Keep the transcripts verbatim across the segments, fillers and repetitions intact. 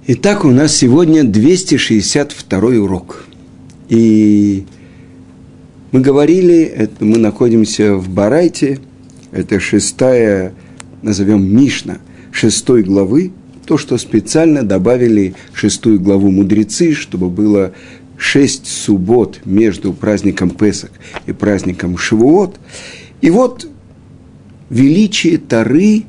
Итак, у нас сегодня двести шестьдесят второй урок. И мы говорили, это мы находимся в Барайте, это шестая, назовем Мишна, шестой главы, то, что специально добавили шестую главу мудрецы, чтобы было шесть суббот между праздником Песах и праздником Шавуот. И вот величие Торы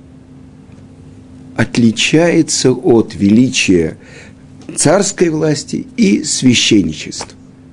отличается от величия царской власти и священничества.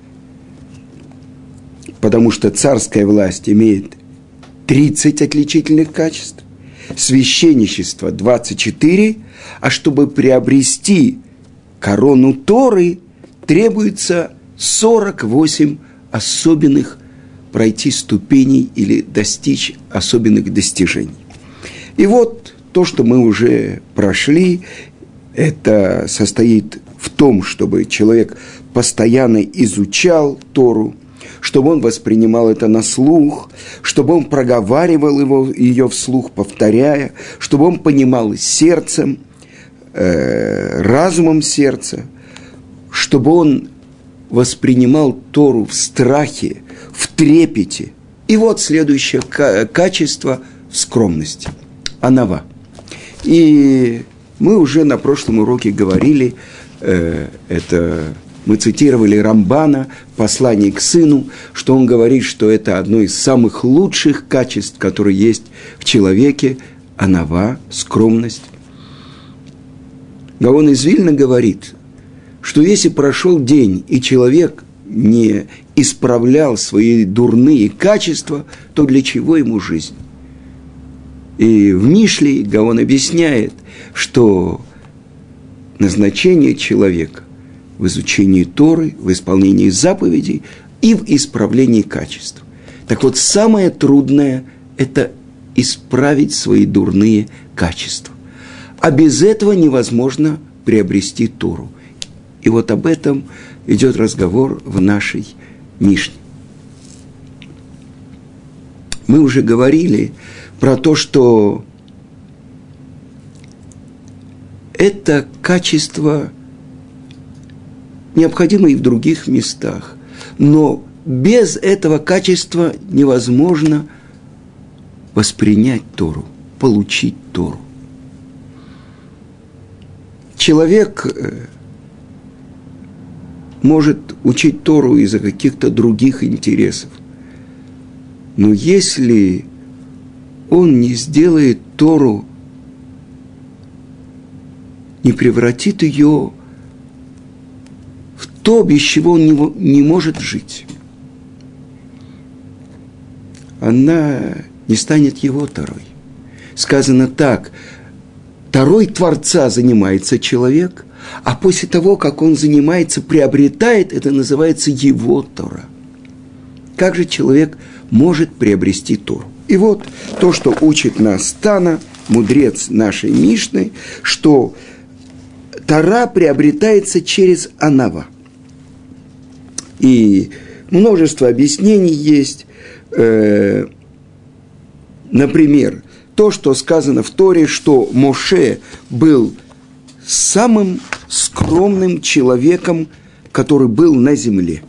Потому что царская власть имеет тридцать отличительных качеств, священничество двадцать четыре, а чтобы приобрести корону Торы, требуется сорок восемь особенных пройти ступеней или достичь особенных достижений. И вот то, что мы уже прошли, это состоит в том, чтобы человек постоянно изучал Тору, чтобы он воспринимал это на слух, чтобы он проговаривал его, ее вслух, повторяя, чтобы он понимал сердцем, э, разумом сердца, чтобы он воспринимал Тору в страхе, в трепете. И вот следующее качество в скромности – анава. И мы уже на прошлом уроке говорили, э, это мы цитировали Рамбана, послание к сыну, что он говорит, что это одно из самых лучших качеств, которые есть в человеке – анава, скромность. Гаон из Вильна говорит, что если прошел день, и человек не исправлял свои дурные качества, то для чего ему жизнь? И в Мишле Гаон объясняет, что назначение человека в изучении Торы, в исполнении заповедей и в исправлении качеств. Так вот, самое трудное – это исправить свои дурные качества. А без этого невозможно приобрести Тору. И вот об этом идет разговор в нашей Мишне. Мы уже говорили про то, что это качество необходимо и в других местах, но без этого качества невозможно воспринять Тору, получить Тору. Человек может учить Тору из-за каких-то других интересов, но если он не сделает Тору, не превратит ее в то, без чего он не, не может жить, она не станет его Торой. Сказано так: Торой Творца занимается человек, а после того, как он занимается, приобретает, это называется его Тора. Как же человек может приобрести Тору? И вот то, что учит нас Тана, мудрец нашей Мишны, что Тора приобретается через анава. И множество объяснений есть. Э, например, то, что сказано в Торе, что Моше был самым скромным человеком, который был на земле.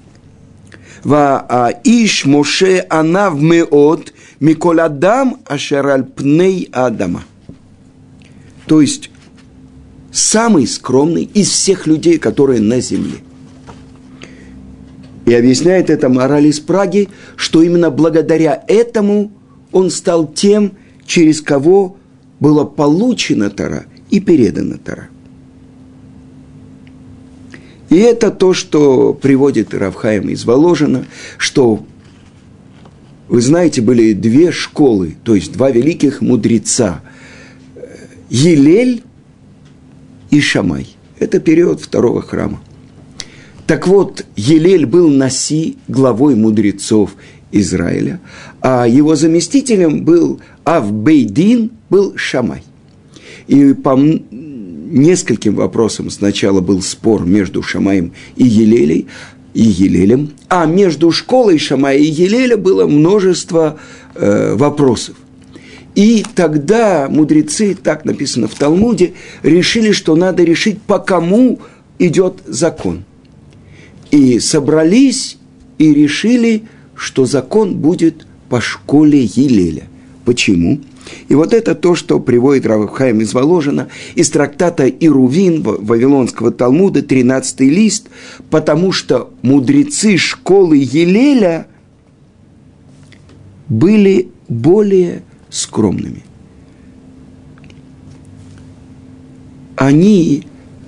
«Ваиш Моше анав меот миколь адам ашер аль пней адама». То есть, самый скромный из всех людей, которые на земле. И объясняет это Мораль из Праги, что именно благодаря этому он стал тем, через кого была получена Тора и передана Тора. И это то, что приводит Рав Хаим из Воложина, что, вы знаете, были две школы, то есть два великих мудреца – Елель и Шамай. Это период второго храма. Так вот, Елель был наси, главой мудрецов Израиля, а его заместителем был Ав-Бейдин, был Шамай. И по нескольким вопросам сначала был спор между Шамаем и Елелей, и Елелем, а между школой Шамая и Елеля было множество э, вопросов. И тогда мудрецы, так написано в Талмуде, решили, что надо решить, по кому идет закон. И собрались и решили, что закон будет по школе Гилеля. Почему? И вот это то, что приводит Рав Хаим из Воложина из трактата Ирувин Вавилонского Талмуда, тринадцатый лист, потому что мудрецы школы Гилеля были более скромными. Они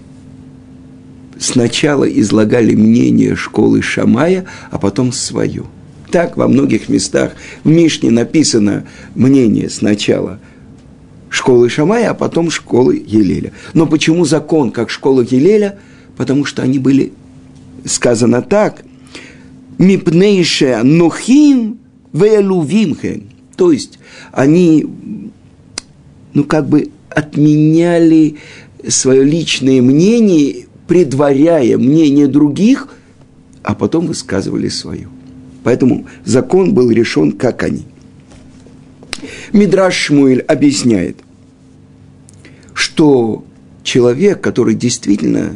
сначала излагали мнение школы Шамая, а потом свое. Так во многих местах в Мишне написано мнение сначала школы Шамая, а потом школы Гилеля. Но почему закон как школа Гилеля? Потому что они были, сказано так, «Мипнейше нохим веэлувимхен». То есть они, ну, как бы отменяли свое личное мнение, предваряя мнение других, а потом высказывали свое. Поэтому закон был решен, как они. Мидраш Шмуэль объясняет, что человек, который действительно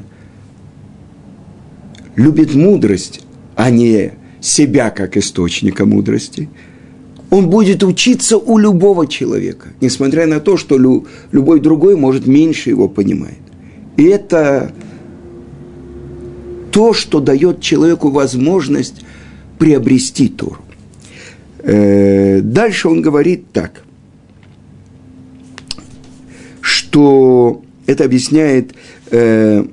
любит мудрость, а не себя как источника мудрости, он будет учиться у любого человека, несмотря на то, что лю, любой другой, может, меньше его понимает. И это то, что дает человеку возможность приобрести Тору. Э, дальше он говорит так, что это объясняет э,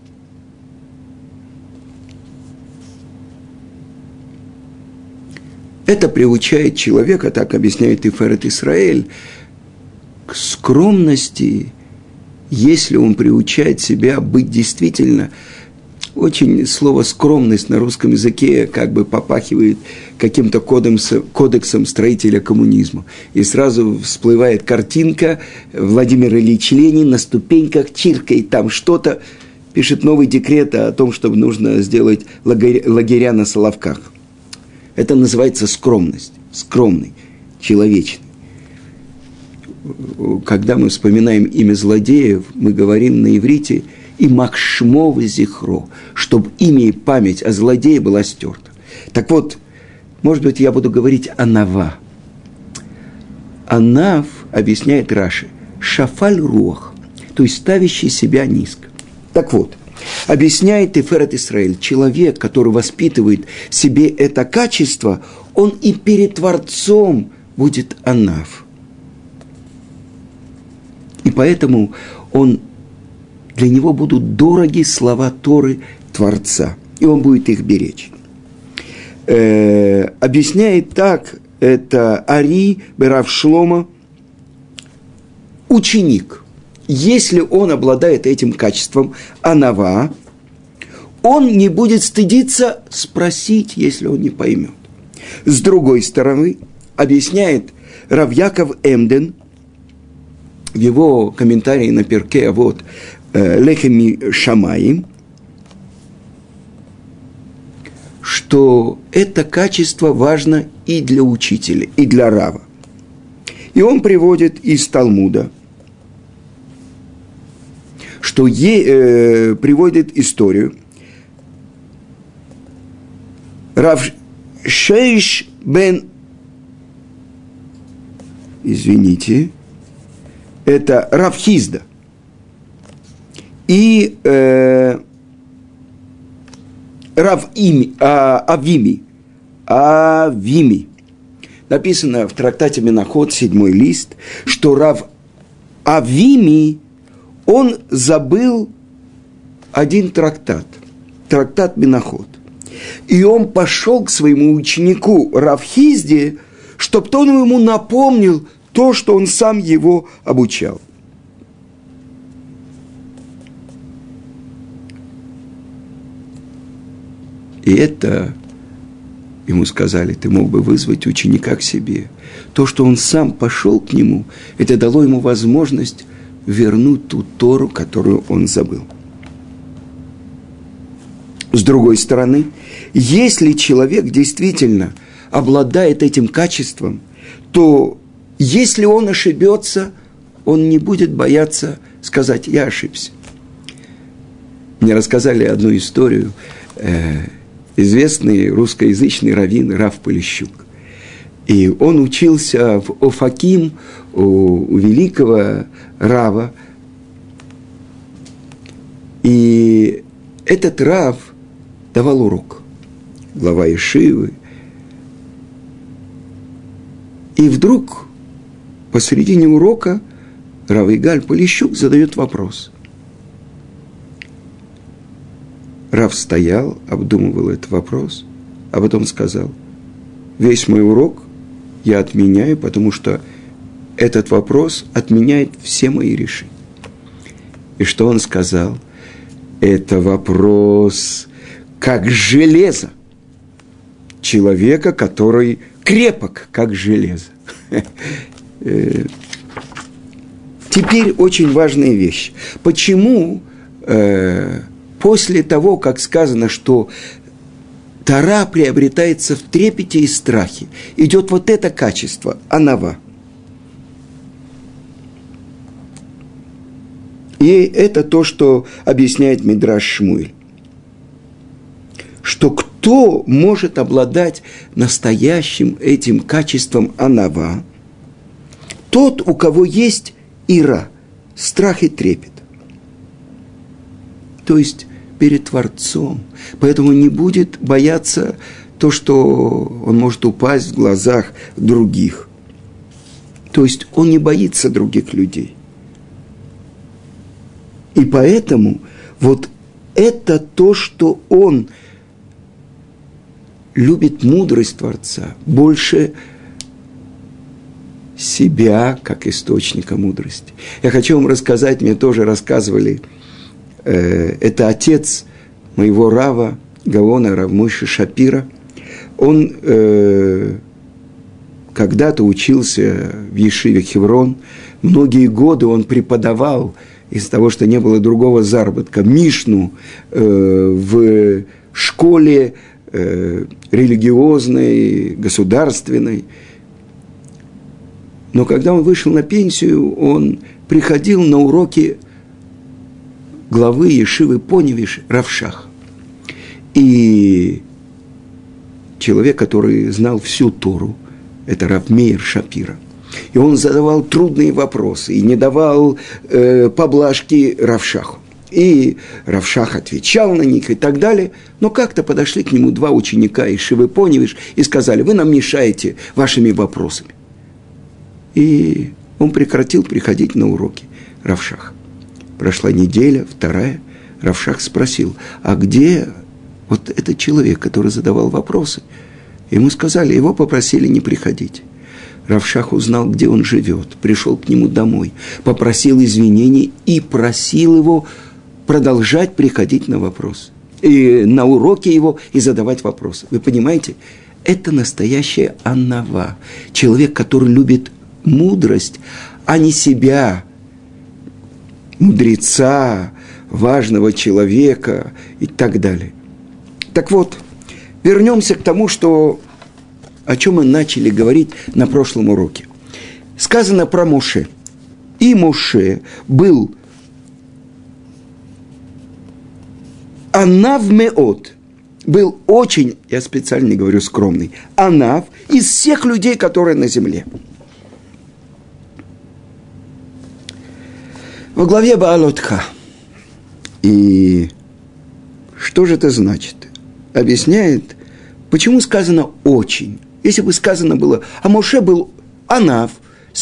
это приучает человека, так объясняет Тиферет Исраэль, к скромности, если он приучает себя быть действительно. Очень слово «скромность» на русском языке как бы попахивает каким-то кодексом, кодексом строителя коммунизма. И сразу всплывает картинка Владимир Ильич Ленин на ступеньках чиркает там что-то, пишет новый декрет о том, что нужно сделать лагеря на Соловках. Это называется скромность, скромный, человечный. Когда мы вспоминаем имя злодеев, мы говорим на иврите «и макшмо зихро», чтобы имя и память о злодее была стерта. Так вот, может быть, я буду говорить «анава». «Анав», объясняет Раши, «шафаль руах», то есть ставящий себя низко. Так вот, объясняет Тиферет Исраэль, человек, который воспитывает в себе это качество, он и перед Творцом будет анав. И поэтому он, для него будут дороги слова Торы Творца, и он будет их беречь. Э, объясняет так это Ари Берав Шломо, ученик. Если он обладает этим качеством анава, он не будет стыдиться спросить, если он не поймет. С другой стороны, объясняет Рав Яков Эмден в его комментарии на Перкей Авот Лехем Шамаим, что это качество важно и для учителя, и для рава. И он приводит из Талмуда, что е, э, приводит историю. Рав Шейш бен, извините, это Рав Хизда и э, Рав Ими, а, Авими, Авими. Написано в трактате Менахот, седьмой лист, что Рав Авими, он забыл один трактат, трактат Менахот. И он пошел к своему ученику Рав Хизде, чтобы он ему напомнил то, что он сам его обучал. И это, ему сказали, ты мог бы вызвать ученика к себе. То, что он сам пошел к нему, это дало ему возможность вернуть ту Тору, которую он забыл. С другой стороны, если человек действительно обладает этим качеством, то Если он ошибется, он не будет бояться сказать: я ошибся. Мне рассказали одну историю. Э, известный русскоязычный раввин Рав Полищук. И он учился в Офаким у, у великого Рава. И этот Рав давал урок. Глава Ешивы. И вдруг посредине урока Рав Игаль Полищук задает вопрос. Рав стоял, обдумывал этот вопрос, а потом сказал: весь мой урок я отменяю, потому что этот вопрос отменяет все мои решения. И что он сказал? Это вопрос как железо. Человека, который крепок, как железо. Теперь очень важная вещь. Почему э, после того, как сказано, что Тора приобретается в трепете и страхе, идет вот это качество, анава. И это то, что объясняет Мидраш Шмуэль. Что кто может обладать настоящим этим качеством анава? Тот, у кого есть ира, страх и трепет. То есть перед Творцом. Поэтому не будет бояться то, что он может упасть в глазах других. То есть он не боится других людей. И поэтому вот это то, что он любит мудрость Творца больше себя, как источника мудрости. Я хочу вам рассказать, мне тоже рассказывали, э, это отец моего рава, Гаона, Рав Мойше Шапира. Он э, когда-то учился в Ешиве Хеврон, многие годы он преподавал, из-за того, что не было другого заработка, Мишну э, в школе э, религиозной, государственной. Но когда он вышел на пенсию, он приходил на уроки главы Ешивы Поневиш Рав Шах. И человек, который знал всю Тору, это Рав Меир Шапира. И он задавал трудные вопросы и не давал э, поблажки Рав Шаху. И Рав Шах отвечал на них и так далее. Но как-то подошли к нему два ученика из Ешивы Поневиш и сказали: вы нам мешаете вашими вопросами. И он прекратил приходить на уроки Рав Шаха. Прошла неделя, вторая. Рав Шах спросил: а где вот этот человек, который задавал вопросы? Ему сказали, его попросили не приходить. Рав Шах узнал, где он живет, пришел к нему домой, попросил извинений и просил его продолжать приходить на вопрос, и на уроки его и задавать вопросы. Вы понимаете, это настоящая анава. Человек, который любит мудрость, а не себя, мудреца, важного человека и так далее. Так вот, вернемся к тому, что, о чем мы начали говорить на прошлом уроке. Сказано про Моше. И Моше был анав меот, был очень, я специально не говорю скромный, анав из всех людей, которые на земле. Во главе Баалотха. И что же это значит? Объясняет, почему сказано «очень». Если бы сказано было, а Моше был анав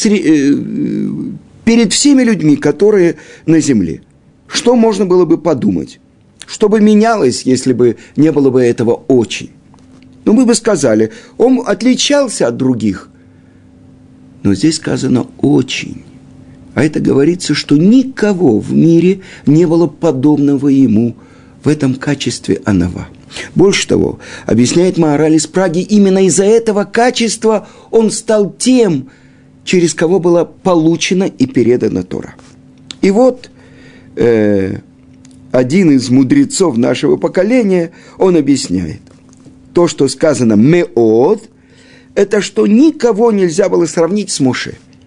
перед всеми людьми, которые на земле. Что можно было бы подумать? Что бы менялось, если бы не было бы этого «очень»? Ну, мы бы сказали, он отличался от других. Но здесь сказано «очень». А это говорится, что никого в мире не было подобного ему в этом качестве анава. Больше того, объясняет Маораль из Праги, именно из-за этого качества он стал тем, через кого была получена и передана Тора. И вот э, один из мудрецов нашего поколения, он объясняет, то, что сказано «меот», это что никого нельзя было сравнить с Моше.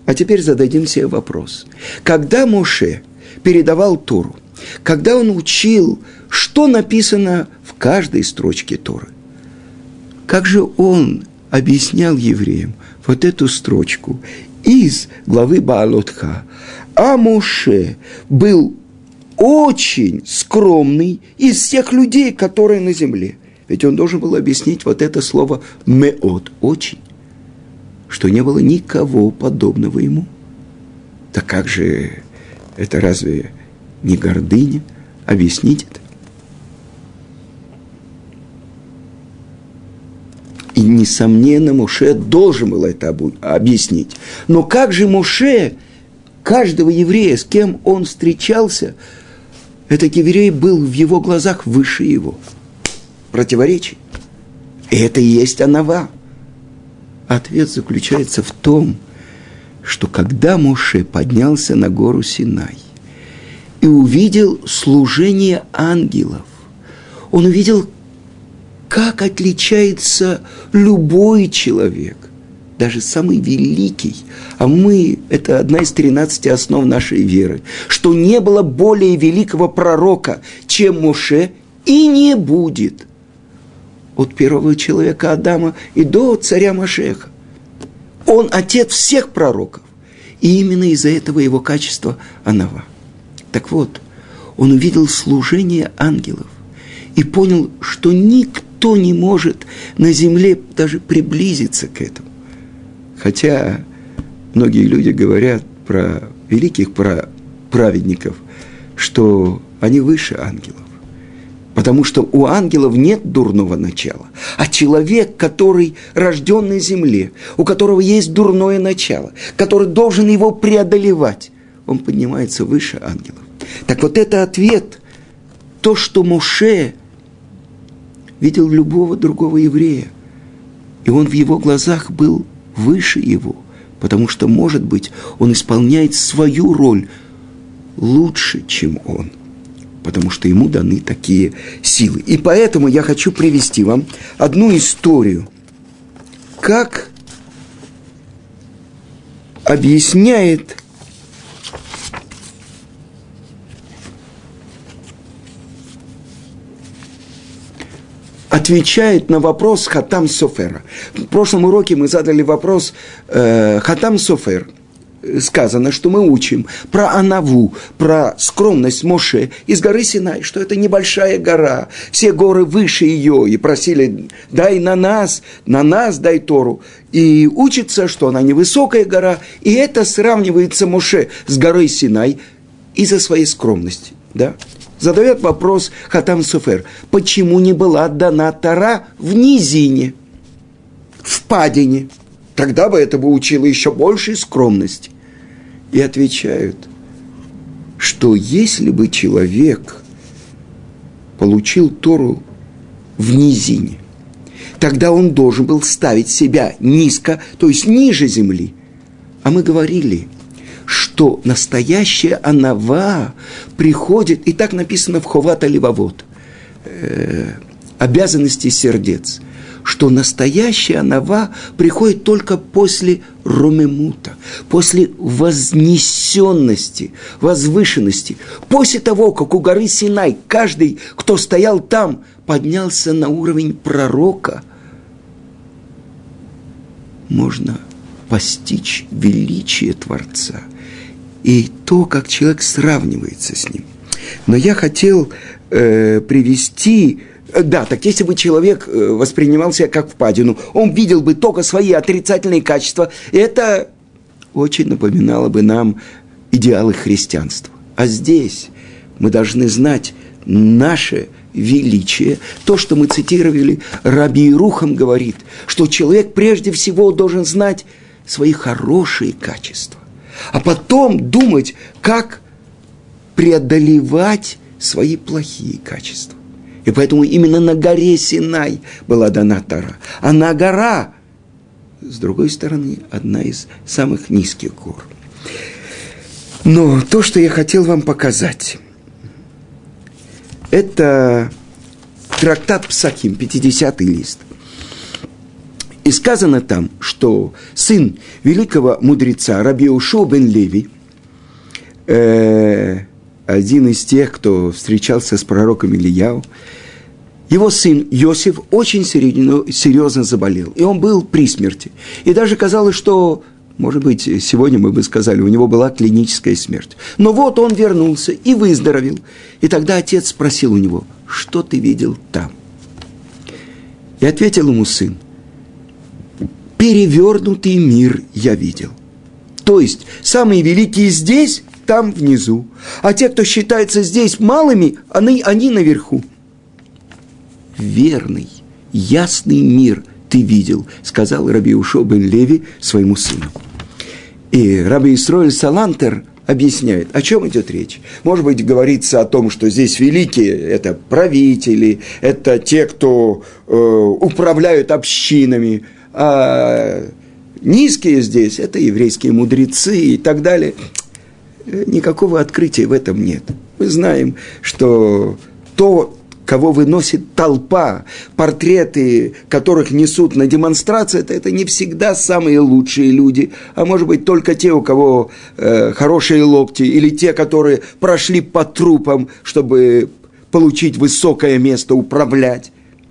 А теперь зададим себе вопрос. Когда Моше передавал Тору, когда он учил, что написано в каждой строчке Торы, как же он объяснял евреям вот эту строчку из главы Баалот-ха? А Моше был очень скромный из всех людей, которые на земле. Ведь он должен был объяснить вот это слово «меот» – «очень», что не было никого подобного ему. Так как же это разве не гордыня объяснить это? И, несомненно, Моше должен был это объяснить. Но как же Моше, каждого еврея, с кем он встречался, этот еврей был в его глазах выше его. Противоречий. И это и есть анава. Ответ заключается в том, что когда Моше поднялся на гору Синай и увидел служение ангелов, он увидел, как отличается любой человек, даже самый великий. А мы, это одна из тринадцати основ нашей веры, что не было более великого пророка, чем Моше, и не будет. От первого человека Адама и до царя Машеха. Он отец всех пророков. И именно из-за этого его качество анава. Так вот, он увидел служение ангелов и понял, что никто не может на земле даже приблизиться к этому. Хотя многие люди говорят про великих про праведников, что они выше ангелов. Потому что у ангелов нет дурного начала. А человек, который рожден на земле, у которого есть дурное начало, который должен его преодолевать, он поднимается выше ангелов. Так вот это ответ, то, что Моше видел любого другого еврея, и он в его глазах был выше его, потому что, может быть, он исполняет свою роль лучше, чем он. Потому что ему даны такие силы. И поэтому я хочу привести вам одну историю, как объясняет отвечает на вопрос Хатам Софера. В прошлом уроке мы задали вопрос э, Хатам Софер. Сказано, что мы учим про анаву, про скромность Моше из горы Синай, что это небольшая гора, все горы выше ее, и просили, дай на нас, на нас дай Тору. И учится, что она невысокая гора, и это сравнивается Моше с горой Синай из-за своей скромности. Да? Задает вопрос Хатам Софер, почему не была дана Тора в низине, в падине? Тогда бы это бы учило еще большей скромности. И отвечают, что если бы человек получил Тору в низине, тогда он должен был ставить себя низко, то есть ниже земли. А мы говорили, что настоящая анава приходит, и так написано в Ховат Алевавот, э, обязанности сердец, что настоящая анава приходит только после ромемута, после вознесенности, возвышенности, после того, как у горы Синай каждый, кто стоял там, поднялся на уровень пророка, можно постичь величие Творца и то, как человек сравнивается с ним. Но я хотел э, привести... Да, так если бы человек воспринимал себя как впадину, он видел бы только свои отрицательные качества, это очень напоминало бы нам идеалы христианства. А здесь мы должны знать наше величие. То, что мы цитировали, Раби Ирухам говорит, что человек прежде всего должен знать свои хорошие качества, а потом думать, как преодолевать свои плохие качества. И поэтому именно на горе Синай была дана Тора. А на гора, с другой стороны, одна из самых низких гор. Но то, что я хотел вам показать, это трактат Псахим, пятидесятый лист. И сказано там, что сын великого мудреца Раби Йеошуа бен Леви, э, один из тех, кто встречался с пророком Илияу, его сын Йосиф очень серьезно заболел, и он был при смерти. И даже казалось, что, может быть, сегодня мы бы сказали, у него была клиническая смерть. Но вот он вернулся и выздоровел. И тогда отец спросил у него: что ты видел там? И ответил ему сын: перевернутый мир я видел. То есть, самые великие здесь, там внизу. А те, кто считается здесь малыми, они, они наверху. Верный, ясный мир ты видел, сказал Раби Йеошуа бен Леви своему сыну. И Раби Исроэль Салантер объясняет, о чем идет речь. Может быть, говорится о том, что здесь великие – это правители, это те, кто э, управляют общинами, а низкие здесь – это еврейские мудрецы и так далее. Никакого открытия в этом нет. Мы знаем, что то, кого выносит толпа, портреты которых несут на демонстрации, это, это не всегда самые лучшие люди, а может быть только те, у кого э, хорошие локти, или те, которые прошли по трупам, чтобы получить высокое место, управлять.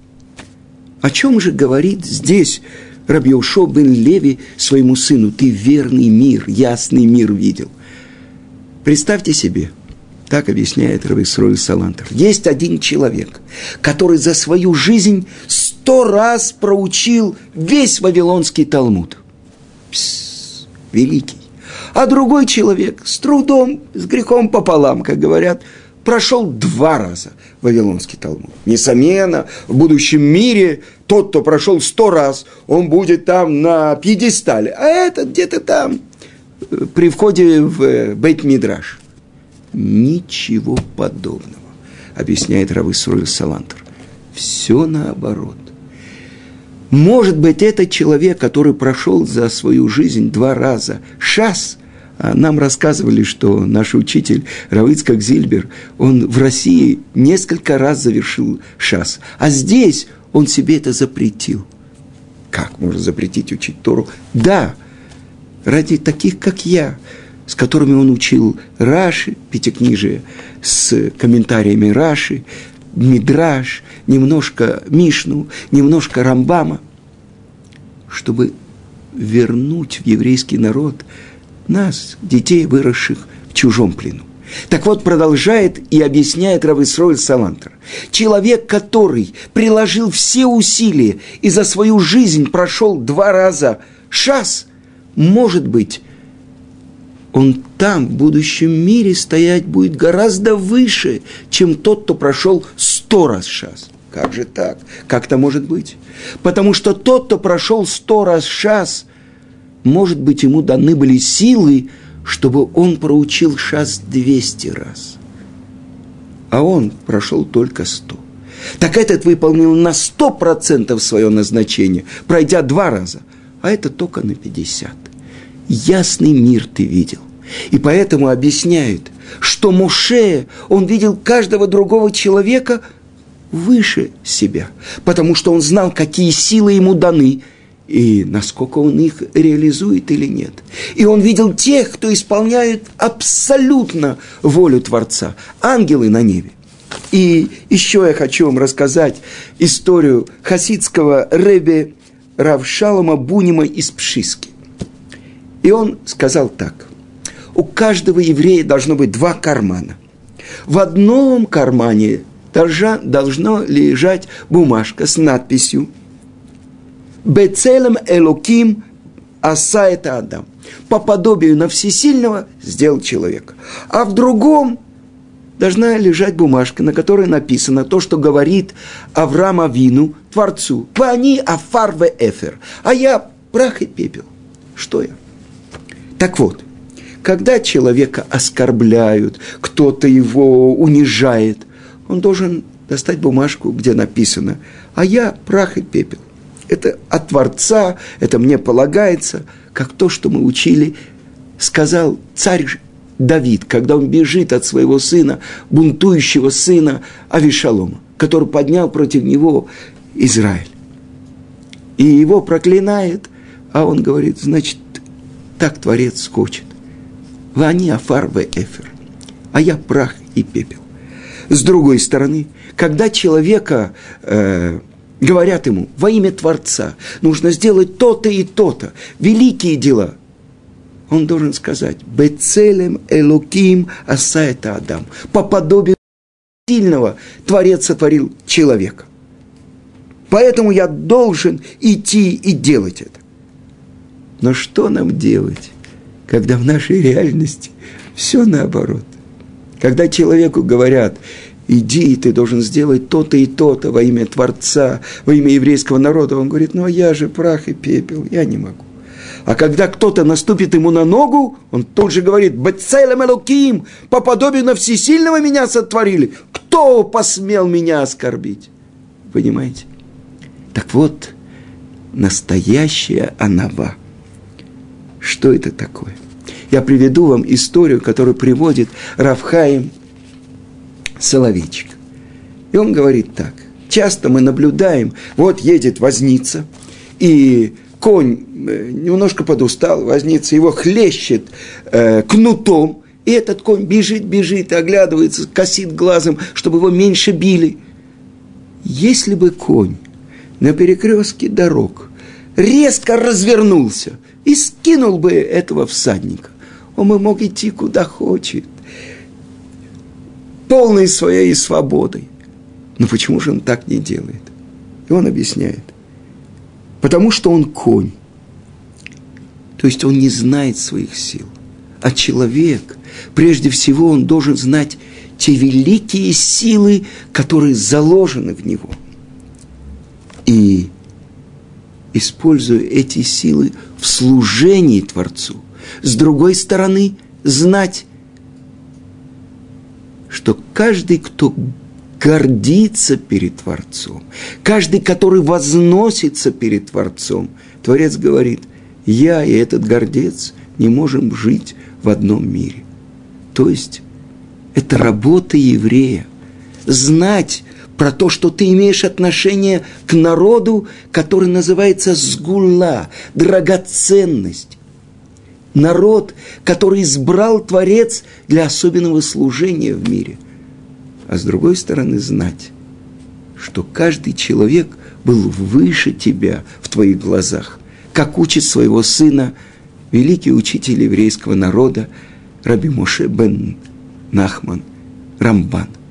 О чем же говорит здесь Раби Йеошуа бен Леви своему сыну? Ты верный мир, ясный мир видел. Представьте себе, так объясняет Раби Исроэль Салантер. Есть один человек, который за свою жизнь сто раз проучил весь Вавилонский Талмуд. Пс, великий. А другой человек с трудом, с грехом пополам, как говорят, прошел два раза Вавилонский Талмуд. Несомненно, в будущем мире тот, кто прошел сто раз, он будет там на пьедестале, а этот где-то там, при входе в Бейт-Мидраш. Ничего подобного, объясняет Раби Исроэль Салантер. Все наоборот. Может быть, этот человек, который прошел за свою жизнь два раза шас, а нам рассказывали, что наш учитель Рав Ицхак Зильбер, он в России несколько раз завершил шас, а здесь он себе это запретил. Как можно запретить учить Тору? Да, ради таких, как я, с которыми он учил Раши, пятикнижие, с комментариями Раши, Мидраш, немножко Мишну, немножко Рамбама, чтобы вернуть в еврейский народ нас, детей, выросших в чужом плену. Так вот, продолжает и объясняет Рав Исроэль Салантер. Человек, который приложил все усилия и за свою жизнь прошел два раза шас, может быть, он там, в будущем мире, стоять будет гораздо выше, чем тот, кто прошел сто раз шас. Как же так? Как это может быть? Потому что тот, кто прошел сто раз шас, может быть, ему даны были силы, чтобы он проучил шас двести раз. А он прошел только сто. Так этот выполнил на сто процентов свое назначение, пройдя два раза, а это только на пятьдесят. Ясный мир ты видел. И поэтому объясняют, что Моше, он видел каждого другого человека выше себя, потому что он знал, какие силы ему даны, и насколько он их реализует или нет. И он видел тех, кто исполняет абсолютно волю Творца, ангелы на небе. И еще я хочу вам рассказать историю хасидского ребе Рав Шалома Бунима из Пшиски. И он сказал так: у каждого еврея должно быть два кармана. В одном кармане должна, должна лежать бумажка с надписью «Бецелем элоким аса это Адам». По подобию на всесильного сделал человека. А в другом должна лежать бумажка, на которой написано то, что говорит Авраам Авину, Творцу. «Вани афар ве эфер». А я прах и пепел. Что я? Так вот, когда человека оскорбляют, кто-то его унижает, он должен достать бумажку, где написано: «А я прах и пепел». Это от Творца, это мне полагается, как то, что мы учили, сказал царь Давид, когда он бежит от своего сына, бунтующего сына Авишалома, который поднял против него Израиль. и его проклинает, а он говорит, значит, так Творец хочет. Вани афар ве эфер, а я прах и пепел. С другой стороны, когда человека э, говорят ему во имя Творца, нужно сделать то-то и то-то, великие дела, он должен сказать, «Бецелем элоким асаэта адам», по подобию сильного Творец сотворил человека. Поэтому я должен идти и делать это. Но что нам делать, когда в нашей реальности все наоборот? Когда человеку говорят, иди, ты должен сделать то-то и то-то во имя Творца, во имя еврейского народа, он говорит, ну а я же прах и пепел, я не могу. А когда кто-то наступит ему на ногу, он тут же говорит, «Бецелем элоким, по подобию на всесильного меня сотворили. Кто посмел меня оскорбить?» Понимаете? Так вот, настоящая анава. Что это такое? Я приведу вам историю, которую приводит Рав Хаим Соловейчик. И он говорит так. Часто мы наблюдаем, вот едет возница, и конь немножко подустал, возница его хлещет э, кнутом, и этот конь бежит, бежит, оглядывается, косит глазом, чтобы его меньше били. Если бы конь на перекрестке дорог резко развернулся и скинул бы этого всадника, он бы мог идти куда хочет, полной своей свободой. Но почему же он так не делает? И он объясняет. Потому что он конь. То есть он не знает своих сил. А человек, прежде всего, он должен знать те великие силы, которые заложены в него. И используя эти силы в служении Творцу. С другой стороны, знать, что каждый, кто гордится перед Творцом, каждый, который возносится перед Творцом, Творец говорит, я и этот гордец не можем жить в одном мире. То есть, это работа еврея. Знать про то, что ты имеешь отношение к народу, который называется сгула, драгоценность. Народ, который избрал Творец для особенного служения в мире. А с другой стороны, знать, что каждый человек был выше тебя в твоих глазах, как учит своего сына великий учитель еврейского народа Раби Моше бен Нахман Рамбан.